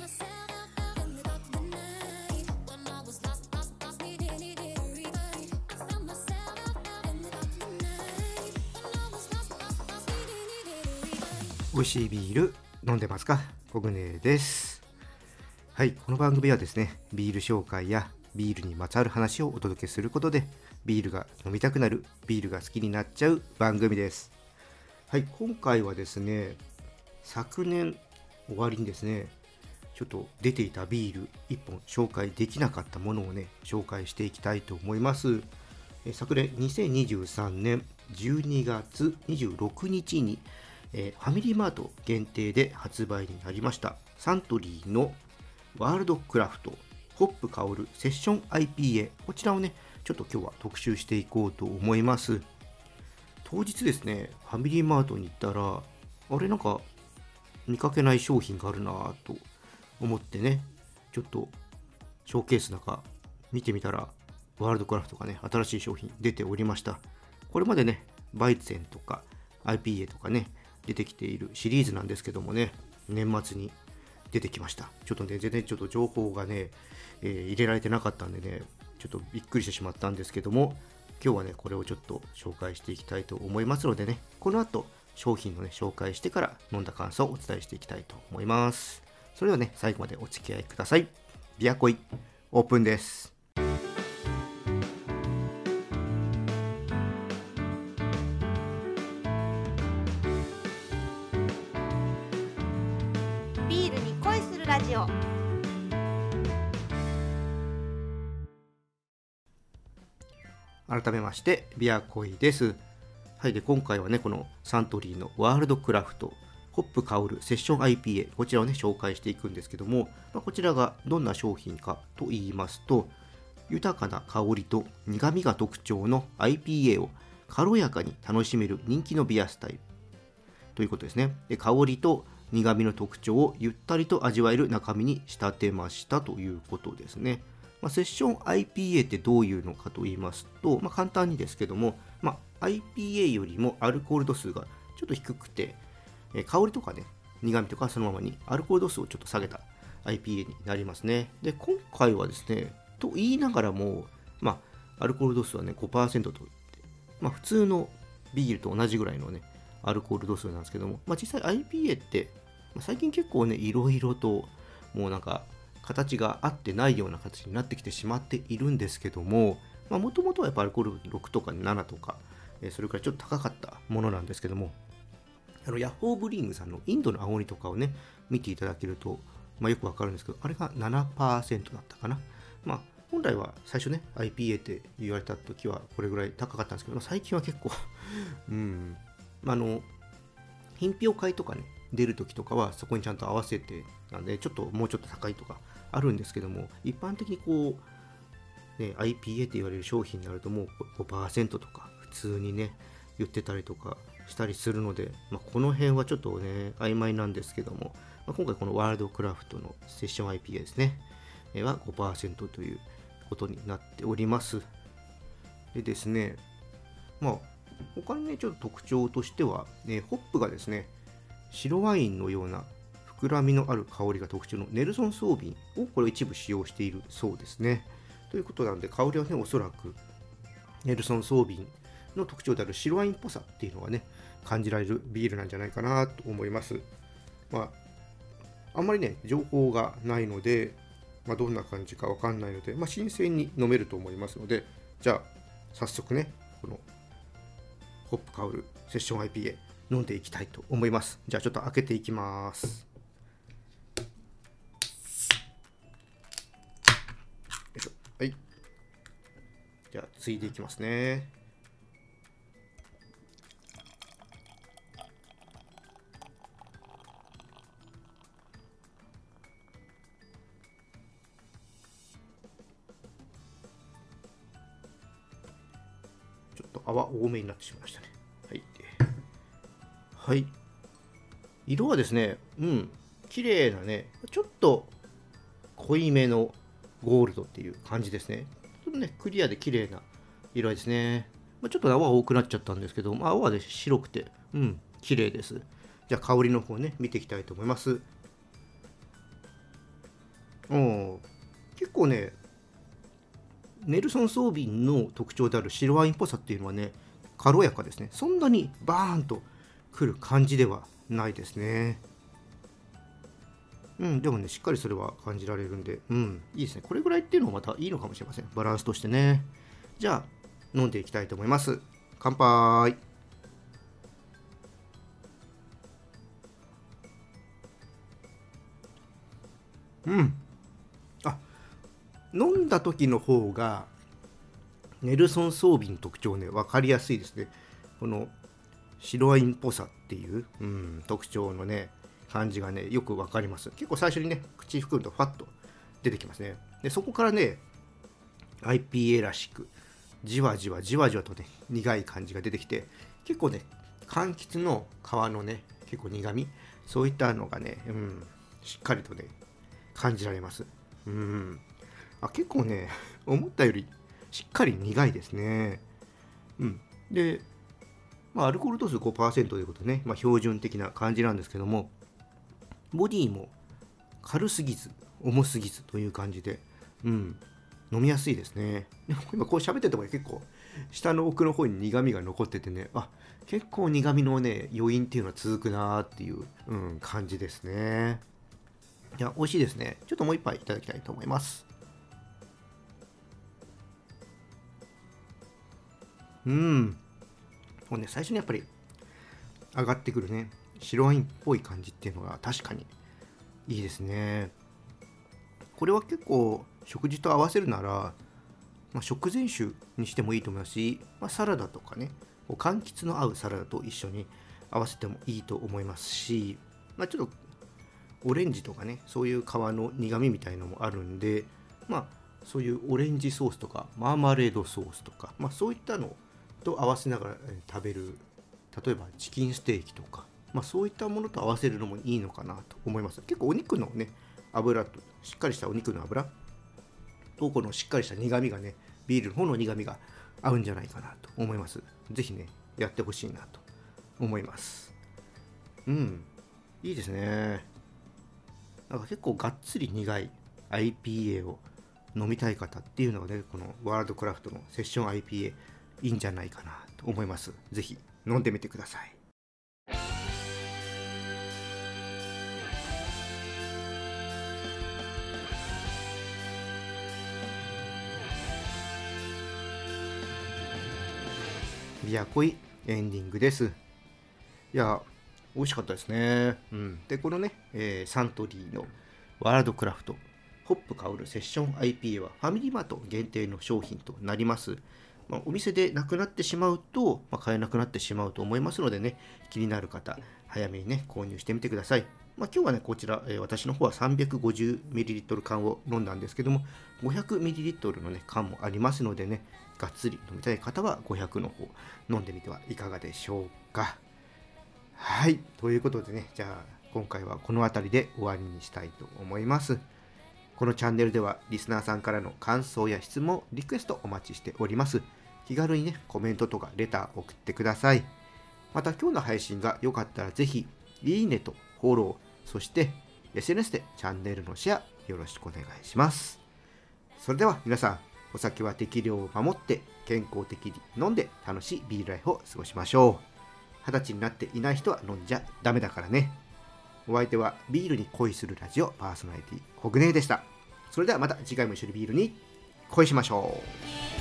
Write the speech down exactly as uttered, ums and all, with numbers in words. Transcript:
美味しいビール飲んでますか？コグネです。はい、この番組はですね、ビール紹介やビールにまつわる話をお届けすることで、ビールが飲みたくなる、ビールが好きになっちゃう番組です。はい、今回はですね、昨年終わりにですね、ちょっと出ていたビールいっぽん紹介できなかったものをね、紹介していきたいと思います。え昨年にせんにじゅうさんねんじゅうにがつにじゅうろくにちにえー、ファミリーマート限定で発売になりましたサントリーのワールドクラフトホップ香るセッション アイピーエー、 こちらをねちょっと今日は特集していこうと思います。当日ですね、ファミリーマートに行ったら、あれなんか見かけない商品があるなぁと思ってね、ちょっとショーケースの中見てみたら、ワールドクラフトがね新しい商品出ておりました。これまでねバイツェンとか アイピーエー とかね出てきているシリーズなんですけどもね、年末に出てきました。ちょっとね、全然ちょっと情報がね、えー、入れられてなかったんでね、ちょっとびっくりしてしまったんですけども、今日はね、これをちょっと紹介していきたいと思いますのでね、この後、商品のね、紹介してから飲んだ感想をお伝えしていきたいと思います。それではね、最後までお付き合いください。ビアコイ、オープンです。 ビールに恋するラジオ。 改めましてビアコイです。はい、で今回はねこのサントリーのワールドクラフトホップ香るセッション アイピーエー、 こちらをね紹介していくんですけども、まあ、こちらがどんな商品かと言いますと、豊かな香りと苦味が特徴の アイピーエー を軽やかに楽しめる人気のビアスタイルということですね。で香りと苦味の特徴をゆったりと味わえる中身に仕立てましたということですね。まあ、セッション アイピーエー ってどういうのかと言いますと、まあ、簡単にですけども、まあ、アイピーエー よりもアルコール度数がちょっと低くて、えー、香りとかね、苦味とかそのままにアルコール度数をちょっと下げた アイピーエー になりますね。で、今回はですね、と言いながらも、まあ、アルコール度数はね、ごパーセントといって、まあ、普通のビールと同じぐらいのね、アルコール度数なんですけども、まあ、実際 アイピーエー って、まあ、最近結構ね、いろいろと、もうなんか、形が合ってないような形になってきてしまっているんですけども、もともとはやっぱアルコールろくとかななとか、えー、それくらいちょっと高かったものなんですけども、あのヤッホーブリングさんのインドの青鬼とかをね、見ていただけると、まあ、よくわかるんですけど、あれが ななパーセント だったかな。まあ、本来は最初ね、アイピーエー って言われた時はこれぐらい高かったんですけど、最近は結構うん、まあ、あの、品評会とかね、出るときとかはそこにちゃんと合わせてなんでちょっともうちょっと高いとかあるんですけども、一般的にこう、ね、アイピーエー って言われる商品になるともう ごパーセント とか普通にね言ってたりとかしたりするので、まあ、この辺はちょっとね曖昧なんですけども、まあ、今回このワールドクラフトのセッション アイピーエー ですねは ごパーセント ということになっております。でですね、まあ他にねちょっと特徴としては、ね、ホップがですね白ワインのような膨らみのある香りが特徴のネルソンソービンをこれを一部使用しているそうですね。ということなので香りはねおそらくネルソンソービンの特徴である白ワインっぽさっていうのがね感じられるビールなんじゃないかなと思います。まああんまりね情報がないので、まあ、どんな感じかわかんないので、まあ、新鮮に飲めると思いますので、じゃあ早速ねこのホップ香るセッション アイピーエー飲んでいきたいと思います。じゃあちょっと開けていきます。よいしょ。はい。じゃあついでいきますね。ちょっと泡多めになってしまいましたね。はい。はい。色はですね、うん、綺麗なね、ちょっと濃いめのゴールドっていう感じですね。ちょっとね、クリアで綺麗な色合いですね。まあ、ちょっと泡多くなっちゃったんですけど、まあ、泡で白くて、うん、綺麗です。じゃあ香りの方ね、見ていきたいと思います。 構ねネルソンソービンの特徴である白ワインっぽさっていうのはね軽やかですね。そんなにバーンとくる感じではないですね。うん、でもねしっかりそれは感じられるんで、うん、いいですね。これぐらいっていうのもまたいいのかもしれません。バランスとしてね。じゃあ飲んでいきたいと思います。乾杯。うん。あ、飲んだ時の方がネルソンソービンの特徴ね分かりやすいですね。この白ワインっぽさっていう、うん、特徴のね感じがねよく分かります。結構最初にね口含むとファッと出てきますね。でそこからね アイピーエー らしくじわじわじわじわとね苦い感じが出てきて、結構ね柑橘の皮のね結構苦味、そういったのがね、うん、しっかりとね感じられます。うん、あ結構ね思ったよりしっかり苦いですね。うん、で、まあ、アルコール度数 ごパーセント ということでね、まあ、標準的な感じなんですけども、ボディも軽すぎず重すぎずという感じで、うん、飲みやすいですね。でも今こう喋ってても結構下の奥の方に苦味が残っててね、あ結構苦味のね余韻っていうのは続くなーっていう、うん、感じですね。いや美味しいですね。ちょっともう一杯いただきたいと思います。うん、こうね最初にやっぱり上がってくるね白ワインっぽい感じっていうのが確かにいいですね。これは結構食事と合わせるなら、まあ、食前酒にしてもいいと思いますし、まあ、サラダとかねこう柑橘の合うサラダと一緒に合わせてもいいと思いますし、まあ、ちょっとオレンジとかねそういう皮の苦味みたいのもあるんで、まあそういうオレンジソースとかマーマレードソースとか、まあ、そういったのと合わせながら食べる、例えばチキンステーキとか、まあ、そういったものと合わせるのもいいのかなと思います。結構お肉のね油としっかりしたお肉の油とこのしっかりした苦味がねビールの方の苦味が合うんじゃないかなと思います。ぜひねやってほしいなと思います。うん、いいですね。なんか結構がっつり苦い アイピーエー を飲みたい方っていうのがねこのワールドクラフトのセッション アイピーエー いいんじゃないかなと思います。ぜひ飲んでみてください。ビアコイエンディングです。いや美味しかったですね。うん、でこのね、えーサントリーのワールドクラフトホップ香るセッション アイピーエー はファミリーマート限定の商品となります。まあ、お店でなくなってしまうと、まあ、買えなくなってしまうと思いますのでね、気になる方早めにね購入してみてください。まあ、今日はねこちら、えー私の方は さんびゃくごじゅうミリリットル 缶を飲んだんですけども、 ごひゃくミリリットル の、ね、缶もありますのでね、がっつり飲みたい方はごひゃくの方飲んでみてはいかがでしょうか。はい、ということでね、じゃあ今回はこの辺りで終わりにしたいと思います。このチャンネルではリスナーさんからの感想や質問、リクエストお待ちしております。気軽にね、コメントとかレター送ってください。また今日の配信が良かったらぜひ、いいねとフォロー、そして エスエヌエス でチャンネルのシェアよろしくお願いします。それでは皆さん、お酒は適量を守って健康的に飲んで楽しいビールライフを過ごしましょう。はたちになっていない人は飲んじゃダメだからね。お相手はビールに恋するラジオパーソナリティコグネでした。それではまた次回も一緒にビールに恋しましょう。